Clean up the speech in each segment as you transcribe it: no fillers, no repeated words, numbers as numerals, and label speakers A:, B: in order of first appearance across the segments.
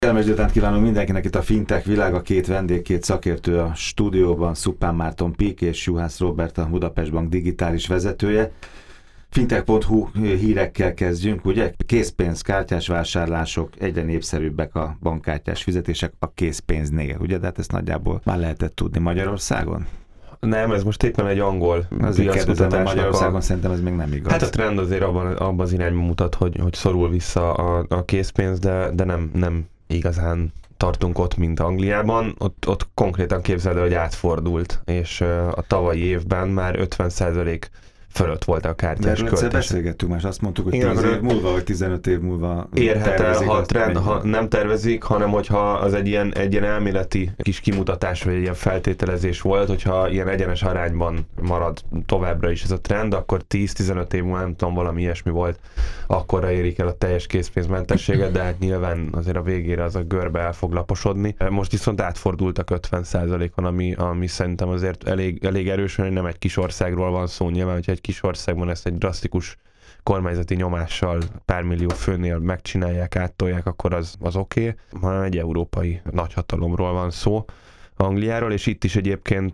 A: Kellemes délutánt kívánunk mindenkinek itt a Fintech Világa, két vendég, két szakértő a stúdióban, Szuppán Márton Pík és Juhász Róbert, a Budapest Bank digitális vezetője. Fintech.hu hírekkel kezdjünk, ugye? Készpénz, kártyás vásárlások, egyre népszerűbbek a bankkártyás fizetések a készpénznél, ugye? De hát ezt nagyjából már lehetett tudni Magyarországon.
B: Nem, ez most éppen egy angol
A: piackutatásnak. Magyarországon szerintem ez még nem igaz.
B: Hát a trend azért abban az irányban mutat, hogy szorul vissza a készpénz, de nem igazán tartunk ott, mint Angliában. Ott konkrétan képzeld el, hogy átfordult, és a tavalyi évben már 50% fölött volt a kártyás költés.
A: De beszélgettünk, most azt mondtuk, hogy 10 év múlva, vagy 15 év múlva
B: érhet el, ha a trend nem tervezik, hanem hogyha az egy ilyen elméleti kis kimutatás, vagy egy ilyen feltételezés volt, hogyha ilyen egyenes arányban marad továbbra is ez a trend, akkor 10-15 év múlva, nem tudom, valami ilyesmi volt, akkorra érik el a teljes készpénzmentességet, de hát nyilván azért a végére az a görbe el fog laposodni. Most viszont átfordultak 50%-on, ami szerintem azért elég erős, hogy nem egy kis országról van szó, nyilván, hogyha egy kis országban ezt egy drasztikus kormányzati nyomással pár millió főnél megcsinálják, áttolják, akkor az oké, hanem egy európai nagyhatalomról van szó, Angliáról, és itt is egyébként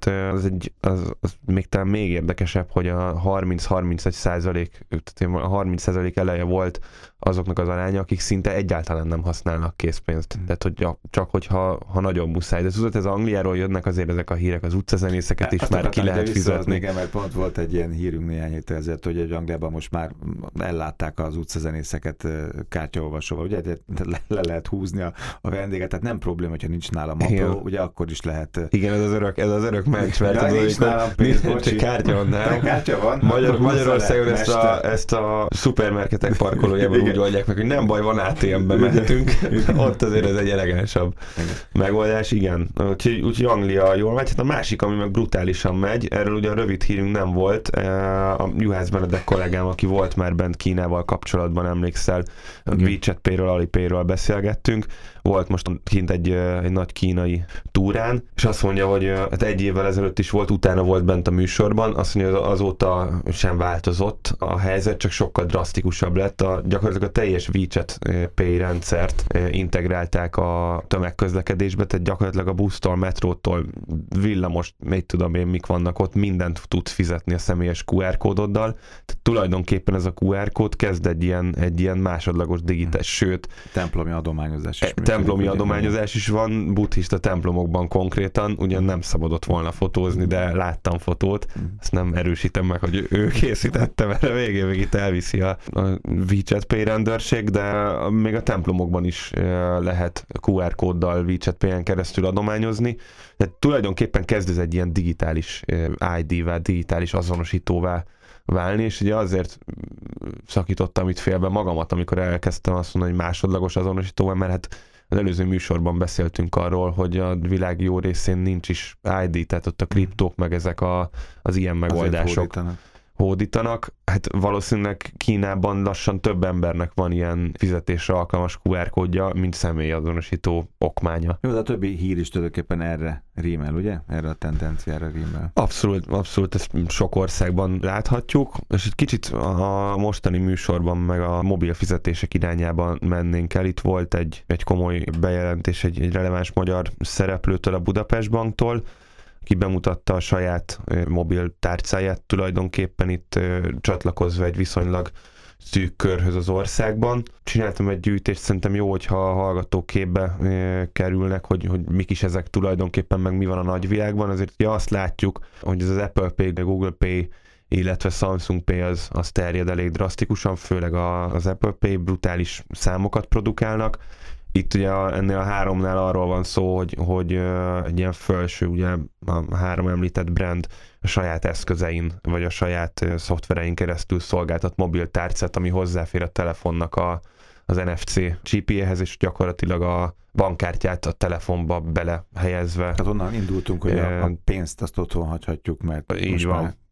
B: az még talán még érdekesebb, hogy a 30-31%, tehát a 30% eleje volt azoknak az aránya, akik szinte egyáltalán nem használnak készpénzt. Tehát, hogy csak hogyha nagyon muszáj. De tudod, ez Angliáról jönnek azért ezek a hírek, az utcazenészeket is már ki lehet fizetni.
A: Igen, mert pont volt egy ilyen hírünk néhány héttel ezért, hogy egy Angliában most már ellátták az utcazenészeket kártyaolvasóval. Ugye le lehet húzni a vendéget, tehát nem probléma, hogyha nincs nála mapló, ugye akkor is lehet.
B: Igen, ez az örök mencs, mert
A: nincs nálam pénz,
B: csak kártya van nálam.
A: Kártya van?
B: Magyarországon ezt a szupermarketek parkolójában úgy oldják meg, hogy nem baj, van ATM-be mehetünk. Ott azért ez egy elegánsabb megoldás, igen. Úgyhogy Anglia jól megy. Hát a másik, ami meg brutálisan megy, erről ugyan rövid hírünk nem volt. A Juhász Benedek kollégám, aki volt már bent Kínával kapcsolatban, emlékszel, WeChat Pay-ről, Alipay-ről beszélgettünk. Volt most kint egy nagy kínai túrán, és azt mondja, hogy hát egy évvel ezelőtt is volt, utána volt bent a műsorban, azt mondja, hogy azóta sem változott a helyzet, csak sokkal drasztikusabb lett. Gyakorlatilag a teljes WeChat Pay rendszert integrálták a tömegközlekedésbe, tehát gyakorlatilag a busztól, metrótól, villamos, még tudom én, mik vannak ott, mindent tudsz fizetni a személyes QR kódoddal. Tehát tulajdonképpen ez a QR kód kezd egy ilyen másodlagos digitális, sőt,
A: templomi adományozás is.
B: Templomi adományozás is van, buddhista templomokban konkrétan, ugyan nem szabadott volna fotózni, de láttam fotót, ezt nem erősítem meg, hogy ő készítette, mert a végén még itt elviszi a WeChat Pay rendőrség, de még a templomokban is lehet QR kóddal WeChat Pay-en keresztül adományozni. Tehát tulajdonképpen kezd ez egy ilyen digitális ID-vá, digitális azonosítóvá válni, és ugye azért szakítottam itt félbe magamat, amikor elkezdtem azt mondani, hogy másodlagos azonosítóval, mert hát az előző műsorban beszéltünk arról, hogy a világ jó részén nincs is ID, tehát ott a kriptók meg ezek az ilyen megoldások hódítanak. Hát valószínűleg Kínában lassan több embernek van ilyen fizetésre alkalmas QR kódja, mint személyazonosító okmánya.
A: Jó, de a többi hír is tulajdonképpen erre rímel, ugye? Erre a tendenciára rímel.
B: Abszolút, ezt sok országban láthatjuk, és egy kicsit a mostani műsorban meg a mobil fizetések irányában mennénk el. Itt volt egy komoly bejelentés egy releváns magyar szereplőtől, a Budapest Banktól, ki bemutatta a saját mobil tárcáját, tulajdonképpen itt csatlakozva egy viszonylag szűk körhöz az országban. Csináltam egy gyűjtést, szerintem jó, hogyha a hallgatók képbe kerülnek, hogy mik is ezek tulajdonképpen, meg mi van a nagyvilágban. Azért ugye azt látjuk, hogy ez az Apple Pay, Google Pay, illetve Samsung Pay az terjed elég drasztikusan, főleg az Apple Pay brutális számokat produkálnak. Itt ugye ennél a háromnál arról van szó, hogy egy ilyen felső, ugye a három említett brand a saját eszközein, vagy a saját szoftverein keresztül szolgáltat mobiltárcát, ami hozzáfér a telefonnak az NFC csípjéhez, és gyakorlatilag a bankkártyát a telefonba belehelyezve.
A: Tehát onnan indultunk, hogy a pénzt azt otthon hagyhatjuk, mert
B: így van.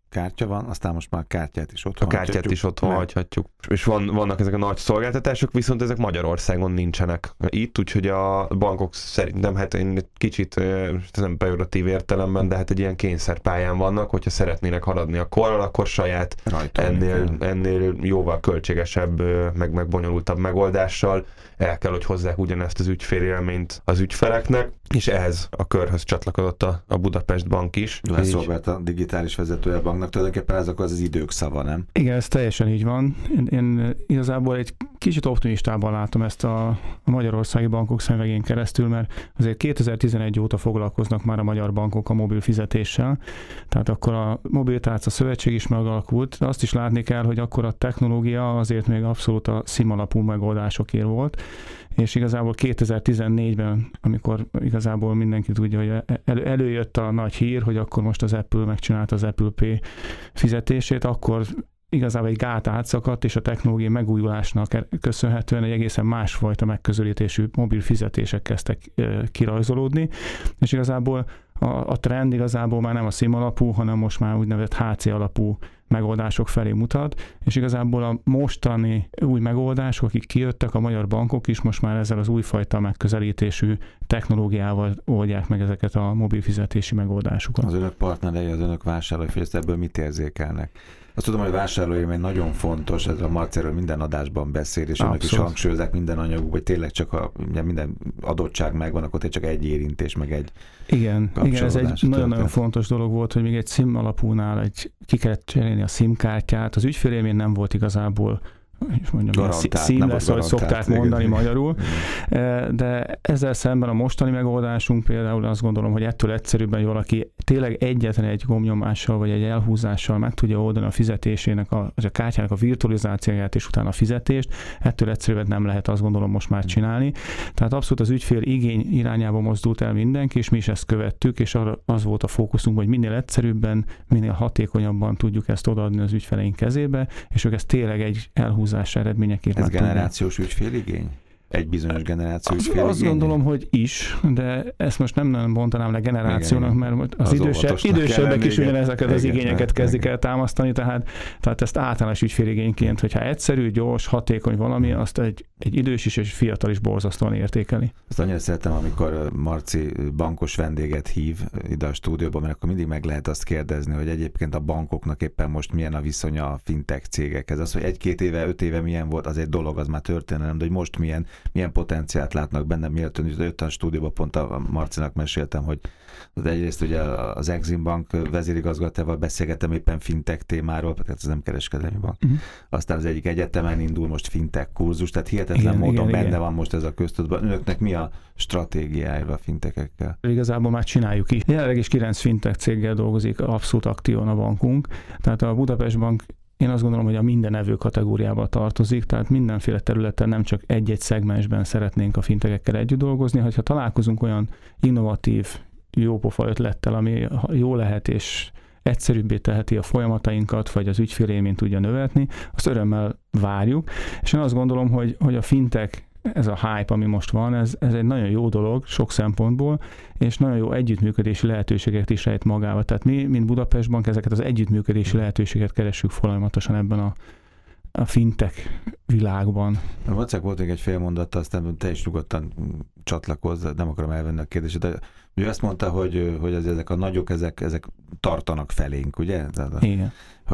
A: kártya van, aztán most már a kártyát is otthon
B: hagyhatjuk. A kártyát is otthon hagyhatjuk. És vannak ezek a nagy szolgáltatások, viszont ezek Magyarországon nincsenek itt, úgyhogy a bankok szerintem, hát én kicsit, nem pejoratív értelemben, de hát egy ilyen kényszerpályán vannak, hogyha szeretnének haladni a korral, akkor saját ennél jóval költségesebb, meg bonyolultabb megoldással el kell, hogy hozzák ugyanezt az ügyfélélményt az ügyfeleknek, és ehhez a körhöz csatlakozott a Budapest Bank is.
A: Juhász Róbert, a digitális vezetője a banknak, tulajdonképpen ez az idők szava, nem?
C: Igen, ez teljesen így van. Én igazából egy kicsit optimistában látom ezt a magyarországi bankok szemüvegén keresztül, mert azért 2011 óta foglalkoznak már a magyar bankok a mobil fizetéssel, tehát akkor a Mobiltárca Szövetség is megalakult, de azt is látni kell, hogy akkor a technológia azért még abszolút a SIM alapú megoldásokért volt, és igazából 2014-ben, amikor igazából mindenki tudja, hogy előjött a nagy hír, hogy akkor most az Apple megcsinálta az Apple Pay fizetését, akkor igazából egy gát átszakadt, és a technológiai megújulásnak köszönhetően egy egészen másfajta megközelítésű mobil fizetések kezdtek kirajzolódni, és igazából a trend igazából már nem a SIM alapú, hanem most már úgynevezett HC alapú megoldások felé mutat, és igazából a mostani új megoldások, akik kijöttek, a magyar bankok is most már ezzel az újfajta megközelítésű technológiával oldják meg ezeket a mobil fizetési megoldásokat.
A: Az önök partnerei, az önök vásárlói, hogy ebből mit érzékelnek? Azt tudom, hogy vásárlói nagyon fontos, ez a Marciról minden adásban beszél, és önök is hangsúlyozzák minden anyaguk, hogy tényleg csak minden adottság megvan, akkor csak egy érintés, meg egy
C: Igen, ez egy nagyon-nagyon fontos dolog volt, hogy még egy SIM alapúnál ki kellett cserélni a SIM kártyát, az ügyfélélmény nem volt igazából, és mondjam, seamless, ahogy szokták mondani magyarul, de ezzel szemben a mostani megoldásunk például azt gondolom, hogy ettől egyszerűbben, hogy valaki tényleg egyetlen egy gombnyomással vagy egy elhúzással meg tudja oldani a fizetésének, a kártyának a virtualizációját és utána a fizetést, ettől egyszerűbben nem lehet, azt gondolom, most már csinálni. Tehát abszolút az ügyfél igény irányába mozdult el mindenki, és mi is ezt követtük, és arra az volt a fókuszunk, hogy minél egyszerűbben, minél hatékonyabban tudjuk ezt odaadni az ügyfeleink kezébe, és ők ezt tényleg egy elhúzás eredményeképpen.
A: Ez generációs ügyféligény? Egy bizonyos generáció ügyféligény?
C: Azt gondolom, hogy is, de ezt most nem bontanám le generációnak, mert az idősebbek is ugyanezeket az igényeket kezdik el támasztani, tehát ezt általános ügyféligényként, hogyha egyszerű, gyors, hatékony valami, azt egy idős is és fiatal is borzasztóan értékeli.
A: Azt annyira szeretem, amikor Marci bankos vendéget hív ide a stúdióba, mert akkor mindig meg lehet azt kérdezni, hogy egyébként a bankoknak éppen most milyen a viszonya a fintech cégekhez. Az, hogy 1-2 éve, 5 éve milyen volt, az egy dolog, az már történelem, de hogy most milyen potenciált látnak benne, miért jött a stúdióba, pont a Marcinak meséltem, hogy egyrészt ugye az Exim Bank vezérigazgatóval beszélgettem éppen fintech témáról, tehát ez nem kereskedelmi bank. Aztán az egyik egyetemen indul most fintech kurzus, tehát hihetetlen módon benne van most ez a köztudatban. Önöknek mi a stratégiája a fintechekkel?
C: Igazából már csináljuk is. Jelenleg is 9 fintech céggel dolgozik abszolút aktívan a bankunk, tehát a Budapest Bank én azt gondolom, hogy a mindenevő kategóriába tartozik, tehát mindenféle területen, nem csak egy-egy szegmensben szeretnénk a fintechekkel együtt dolgozni, hogyha találkozunk olyan innovatív, jópofa ötlettel, ami jó lehet és egyszerűbbé teheti a folyamatainkat, vagy az ügyfélélményt tudja növelni, azt örömmel várjuk. És én azt gondolom, hogy a fintech, ez a hype, ami most van, ez egy nagyon jó dolog sok szempontból, és nagyon jó együttműködési lehetőségeket is rejt magába. Tehát mi, mint Budapest Bank, ezeket az együttműködési lehetőséget keressük folyamatosan ebben a fintech világban.
A: A Macek volt még egy fél mondatta, aztán te is nyugodtan csatlakozz, nem akarom elvenni a kérdést, de ő azt mondta, hogy ezek a nagyok, ezek tartanak felénk, ugye?
C: Igen.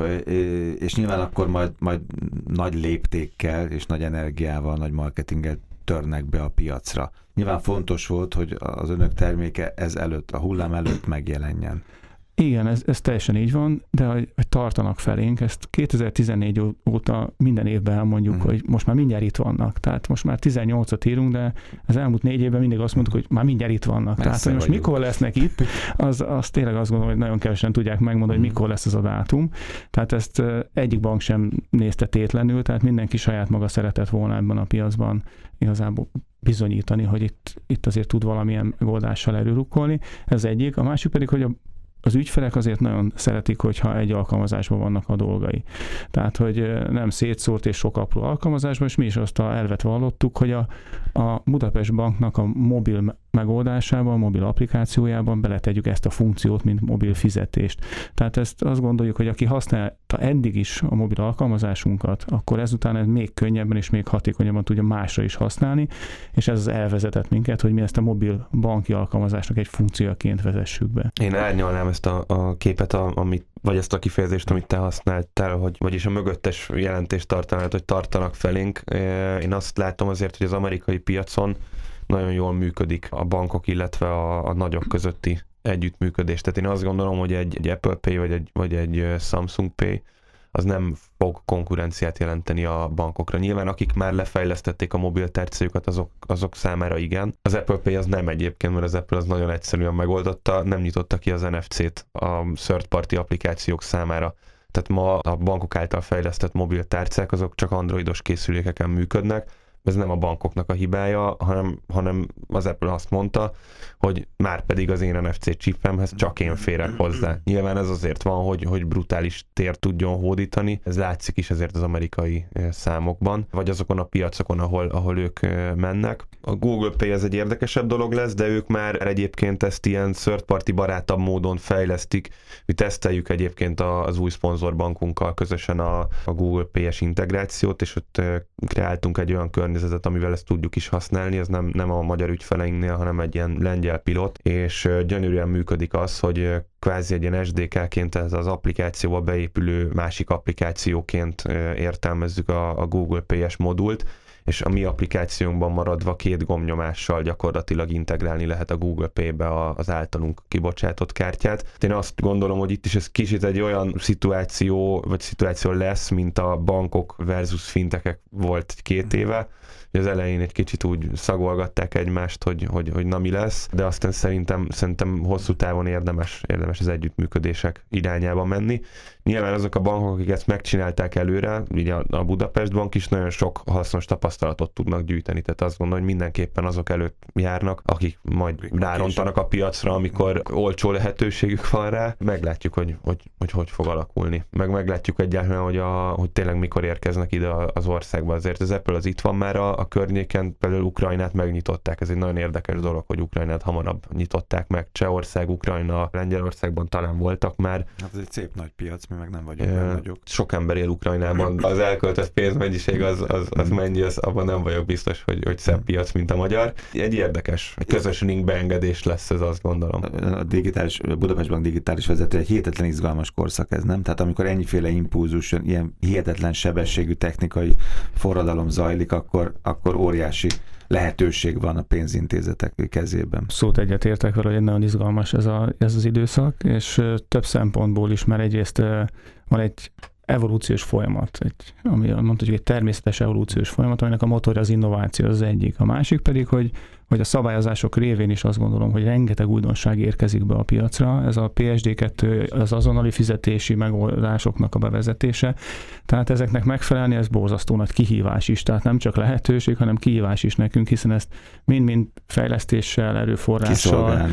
A: És nyilván akkor majd nagy léptékkel és nagy energiával, nagy marketinggel törnek be a piacra. Nyilván fontos volt, hogy az önök terméke ez előtt, a hullám előtt megjelenjen.
C: Igen, ez teljesen így van, de hogy tartanak felénk, ezt 2014 óta minden évben elmondjuk, hogy most már mindjárt itt vannak. Tehát most már 18-at írunk, de az elmúlt 4 évben mindig azt mondtuk, hogy már mindjárt itt vannak. Tehát, hogy most mikor lesznek itt, az tényleg azt gondolom, hogy nagyon kevesen tudják megmondani, hogy mikor lesz az a dátum. Tehát ezt egyik bank sem nézte tétlenül, tehát mindenki saját maga szeretett volna ebben a piacban igazából bizonyítani, hogy itt azért tud valamilyen megoldással előrukkolni. Ez egyik. A másik pedig, hogy az ügyfelek azért nagyon szeretik, hogyha egy alkalmazásban vannak a dolgai. Tehát, hogy nem szétszórt és sok apró alkalmazásban, és mi is azt a elvet vallottuk, hogy a Budapest Banknak a mobil megoldásában, a mobil applikációjában beletegyük ezt a funkciót, mint mobil fizetést. Tehát ezt azt gondoljuk, hogy aki használta eddig is a mobil alkalmazásunkat, akkor ezután ez még könnyebben és még hatékonyabban tudja másra is használni, és ez az elvezetett minket, hogy mi ezt a mobil banki alkalmazásnak egy funkcióként vezessük be.
B: Én árnyalnám ezt a képet, vagy ezt a kifejezést, amit te használtál, vagyis a mögöttes jelentést tartanád, hogy tartanak felénk. Én azt látom azért, hogy az amerikai piacon nagyon jól működik a bankok, illetve a nagyok közötti együttműködés. Tehát én azt gondolom, hogy egy Apple Pay vagy egy Samsung Pay az nem fog konkurenciát jelenteni a bankokra. Nyilván akik már lefejlesztették a mobiltárcájukat, azok számára igen. Az Apple Pay az nem egyébként, mert az Apple az nagyon egyszerűen megoldotta, nem nyitotta ki az NFC-t a third party applikációk számára. Tehát ma a bankok által fejlesztett mobiltárcák azok csak androidos készülékeken működnek. Ez nem a bankoknak a hibája, hanem az Apple azt mondta, hogy már pedig az én NFC csipemhez csak én férek hozzá. Nyilván ez azért van, hogy brutális tér tudjon hódítani, ez látszik is azért az amerikai számokban, vagy azokon a piacokon, ahol ők mennek. A Google Pay ez egy érdekesebb dolog lesz, de ők már egyébként ezt ilyen third party barátabb módon fejlesztik. Mi teszteljük egyébként az új szponzorbankunkkal közösen a Google Pay-es integrációt, és ott kreáltunk egy olyan környezetet, amivel ezt tudjuk is használni, ez nem a magyar ügyfeleinknél, hanem egy ilyen lengyel pilot, és gyönyörűen működik az, hogy kvázi egy ilyen SDK-ként ez az applikációba beépülő másik applikációként értelmezzük a Google Pay-es modult, és a mi applikációnkban maradva 2 gombnyomással gyakorlatilag integrálni lehet a Google Pay-be az általunk kibocsátott kártyát. Én azt gondolom, hogy itt is ez kicsit egy olyan szituáció lesz, mint a bankok versus fintekek volt 2 éve. Az elején egy kicsit úgy szagolgatták egymást, hogy na mi lesz, de aztán szerintem hosszú távon érdemes az együttműködések irányába menni. Nyilván azok a bankok, akik ezt megcsinálták előre, így a Budapest Bank is nagyon sok hasznos tapasztalatot tudnak gyűjteni, tehát azt gondolom, hogy mindenképpen azok előtt járnak, akik majd rárontanak a piacra, amikor olcsó lehetőségük van rá. Meglátjuk, hogy fog alakulni. Meglátjuk egyáltalán, hogy tényleg mikor érkeznek ide az országba. Azért az Apple az itt van már a környéken, például Ukrajnát megnyitották. Ez egy nagyon érdekes dolog, hogy Ukrajnát hamarabb nyitották meg. Csehország, Ukrajna, Lengyelországban talán voltak már.
A: Hát ez egy szép nagy piac, mi meg nem vagyunk benne nagyok.
B: Sok ember él Ukrajnában. Az elköltött pénzmennyiség az mennyi, abban nem vagyok biztos, hogy szebb piac, mint a magyar. Egy érdekes, egy közös ring beengedés lesz ez, azt gondolom.
A: A Budapest Bank digitális vezető egy hihetetlen izgalmas korszak ez, nem? Tehát amikor ennyiféle impulzus, ilyen hihetetlen sebességű technikai forradalom zajlik, akkor óriási lehetőség van a pénzintézetek kezében.
C: Szót egyetértek vele, hogy nagyon izgalmas ez az időszak, és több szempontból is, mert egyrészt van egy evolúciós folyamat, ami mondhatjuk egy természetes evolúciós folyamat, aminek a motorja az innováció az egyik. A másik pedig, hogy a szabályozások révén is azt gondolom, hogy rengeteg újdonság érkezik be a piacra. Ez a PSD2, az azonnali fizetési megoldásoknak a bevezetése. Tehát ezeknek megfelelni, ez borzasztó nagy kihívás is. Tehát nem csak lehetőség, hanem kihívás is nekünk, hiszen ezt mind-mind fejlesztéssel, erőforrással,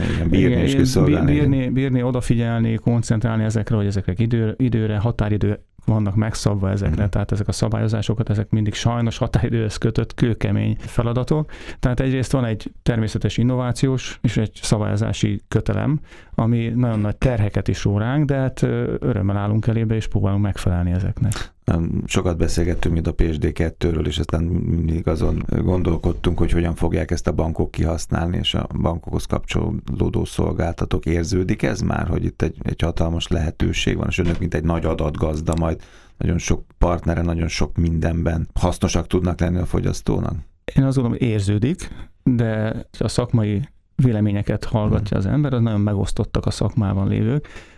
C: bírni, odafigyelni, koncentrálni ezekre, hogy ezekre időre, határidő vannak megszabva ezekre, tehát ezek a szabályozásokat, ezek mindig sajnos határidőhöz kötött kőkemény feladatok. Tehát egyrészt van egy természetes innovációs és egy szabályozási kötelem, ami nagyon nagy terheket is ró ránk, de hát örömmel állunk elébe, és próbálunk megfelelni ezeknek.
A: Sokat beszélgettünk itt a PSD2-ről, és aztán mindig azon gondolkodtunk, hogy hogyan fogják ezt a bankok kihasználni, és a bankokhoz kapcsolódó szolgáltatók. Érződik ez már, hogy itt egy hatalmas lehetőség van, és önök, mint egy nagy adatgazda, majd nagyon sok partnere, nagyon sok mindenben hasznosak tudnak lenni a fogyasztónak?
C: Én azt gondolom, érződik, de a szakmai véleményeket hallgatja az ember, az nagyon megosztottak a szakmában lévők.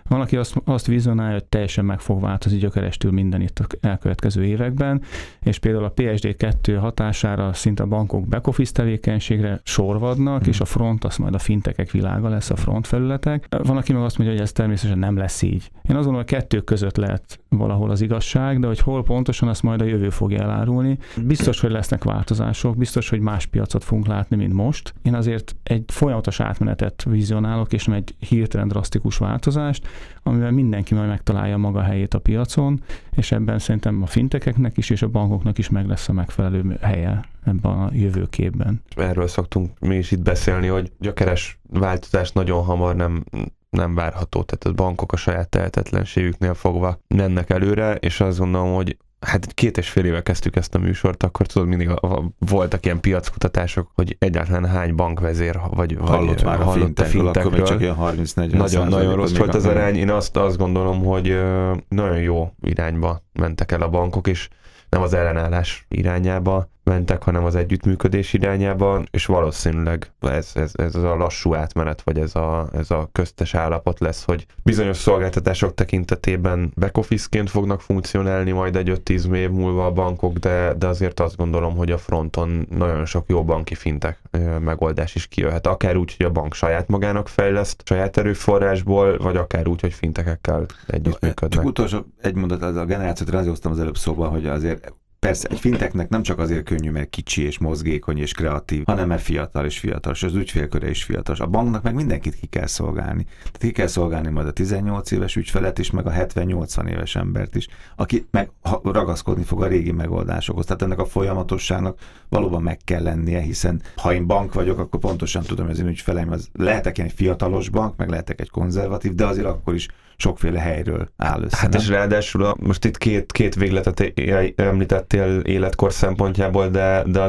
C: Van, aki azt vizionálja, hogy teljesen meg fog változni gyökerestül minden itt a elkövetkező években, és például a PSD2 hatására szinte a bankok back-office tevékenységre sorvadnak, és a front az majd a fintekek világa lesz, a front felületek. Van, aki meg azt mondja, hogy ez természetesen nem lesz így. Én azt gondolom, hogy a kettő között lehet valahol az igazság, de hogy hol pontosan, azt majd a jövő fogja elárulni. Biztos, hogy lesznek változások, biztos, hogy más piacot fogunk látni, mint most. Én azért egy folyamatos átmenetet vizionálok, és nem egy hirtelen drasztikus változást, amivel mindenki majd megtalálja maga helyét a piacon, és ebben szerintem a fintekeknek is, és a bankoknak is meg lesz a megfelelő helye ebben a jövőképben.
B: Erről szoktunk mi is itt beszélni, hogy gyökeres változás nagyon hamar nem várható, tehát a bankok a saját tehetetlenségüknél fogva mennek előre, és azt gondolom, hogy hát 2,5 éve kezdtük ezt a műsort, akkor tudod, mindig voltak ilyen piackutatások, hogy egyáltalán hány bankvezér
A: hallott már a fintekről, akkor még csak ilyen 30-40%.
B: Nagyon rossz volt az arány. Én azt gondolom, hogy nagyon jó irányba mentek el a bankok, és nem az ellenállás irányába mentek, hanem az együttműködés irányába, és valószínűleg ez a lassú átmenet, vagy ez a köztes állapot lesz, hogy bizonyos szolgáltatások tekintetében back-office-ként fognak funkcionálni majd egy 5-10 év múlva a bankok, de azért azt gondolom, hogy a fronton nagyon sok jó banki fintek megoldás is kijöhet. Akár úgy, hogy a bank saját magának fejleszt, saját erőforrásból, vagy akár úgy, hogy fintekekkel együttműködnek.
A: Csak utolsó egy mondat, a generációt azért hoztam az előbb szóba, hogy azért persze, egy finteknek nem csak azért könnyű, mert kicsi és mozgékony és kreatív, hanem mert fiatal és fiatalos, az ügyfélköre is fiatalos. A banknak meg mindenkit ki kell szolgálni. Tehát ki kell szolgálni majd a 18 éves ügyfelet is, meg a 70-80 éves embert is, aki meg ragaszkodni fog a régi megoldásokhoz. Tehát ennek a folyamatosságnak valóban meg kell lennie, hiszen ha én bank vagyok, akkor pontosan tudom, hogy az én ügyfeleim, az lehetek egy fiatalos bank, meg lehetek egy konzervatív, de azért akkor is sokféle helyről áll össze.
B: Hát és ráadásul most itt két végletet említettél életkor szempontjából, de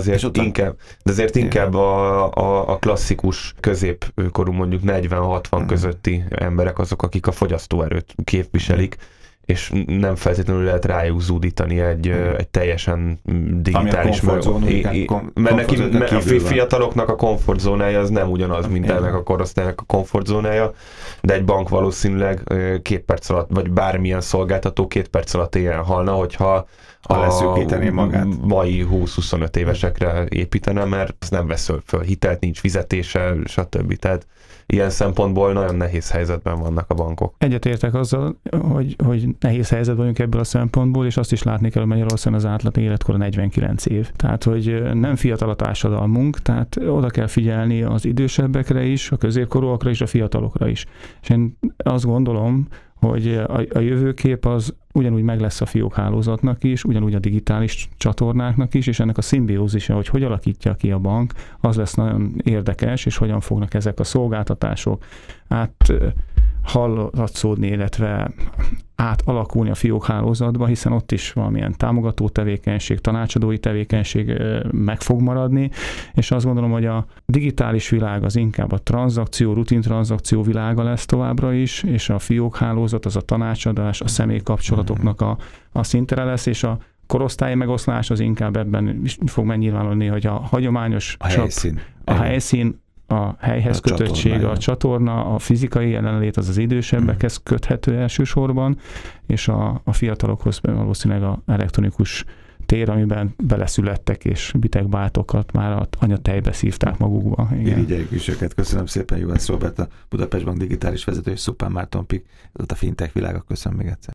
B: azért inkább a klasszikus középkorú, mondjuk 40-60 közötti emberek azok, akik a fogyasztóerőt képviselik, és nem feltétlenül lehet rájuk zúdítani egy teljesen digitális mert neki a fiataloknak a komfortzónája az nem ugyanaz, mint ennek a korosztálynak a komfortzónája, de egy bank valószínűleg 2 perc alatt, vagy bármilyen szolgáltató 2 perc alatt éjjel halna, hogyha
A: magát.
B: Mai 20-25 évesekre építene, mert az nem vesz föl hitelt, nincs fizetése, stb. Tehát ilyen szempontból nagyon nehéz helyzetben vannak a bankok.
C: Egyetértek azzal, hogy nehéz helyzetben vagyunk ebből a szempontból, és azt is látni kell, hogy Magyarországon az átlag életkor 49 év. Tehát, hogy nem fiatal a társadalmunk, tehát oda kell figyelni az idősebbekre is, a középkorúakra is, a fiatalokra is. És én azt gondolom, hogy a jövőkép az ugyanúgy meg lesz a fiókhálózatnak is, ugyanúgy a digitális csatornáknak is, és ennek a szimbiózisa, hogy alakítja ki a bank, az lesz nagyon érdekes, és hogyan fognak ezek a szolgáltatások hallatszódni, illetve átalakulni a fiókhálózatba, hiszen ott is valamilyen támogató tevékenység, tanácsadói tevékenység meg fog maradni, és azt gondolom, hogy a digitális világ az inkább a rutintranszakció világa lesz továbbra is, és a fiókhálózat, az a tanácsadás, a személykapcsolatoknak a szintere lesz, és a korosztályi megoszlás az inkább ebben fog megnyilvánulni, hogy a hagyományos a helyszín, a helyhez kötöttség, a csatorna, a fizikai jelenlét az idősebbekhez köthető elsősorban, és a fiatalokhoz valószínűleg az elektronikus tér, amiben beleszülettek, és bitekbátokat már az anyatejbe szívták magukba.
A: Irigyeljük is őket. Köszönöm szépen, Juhász Róbert, a Budapest Bank digitális vezető, és Szupán Márton Pik, ez a fintech világa. Köszönöm még egyszer.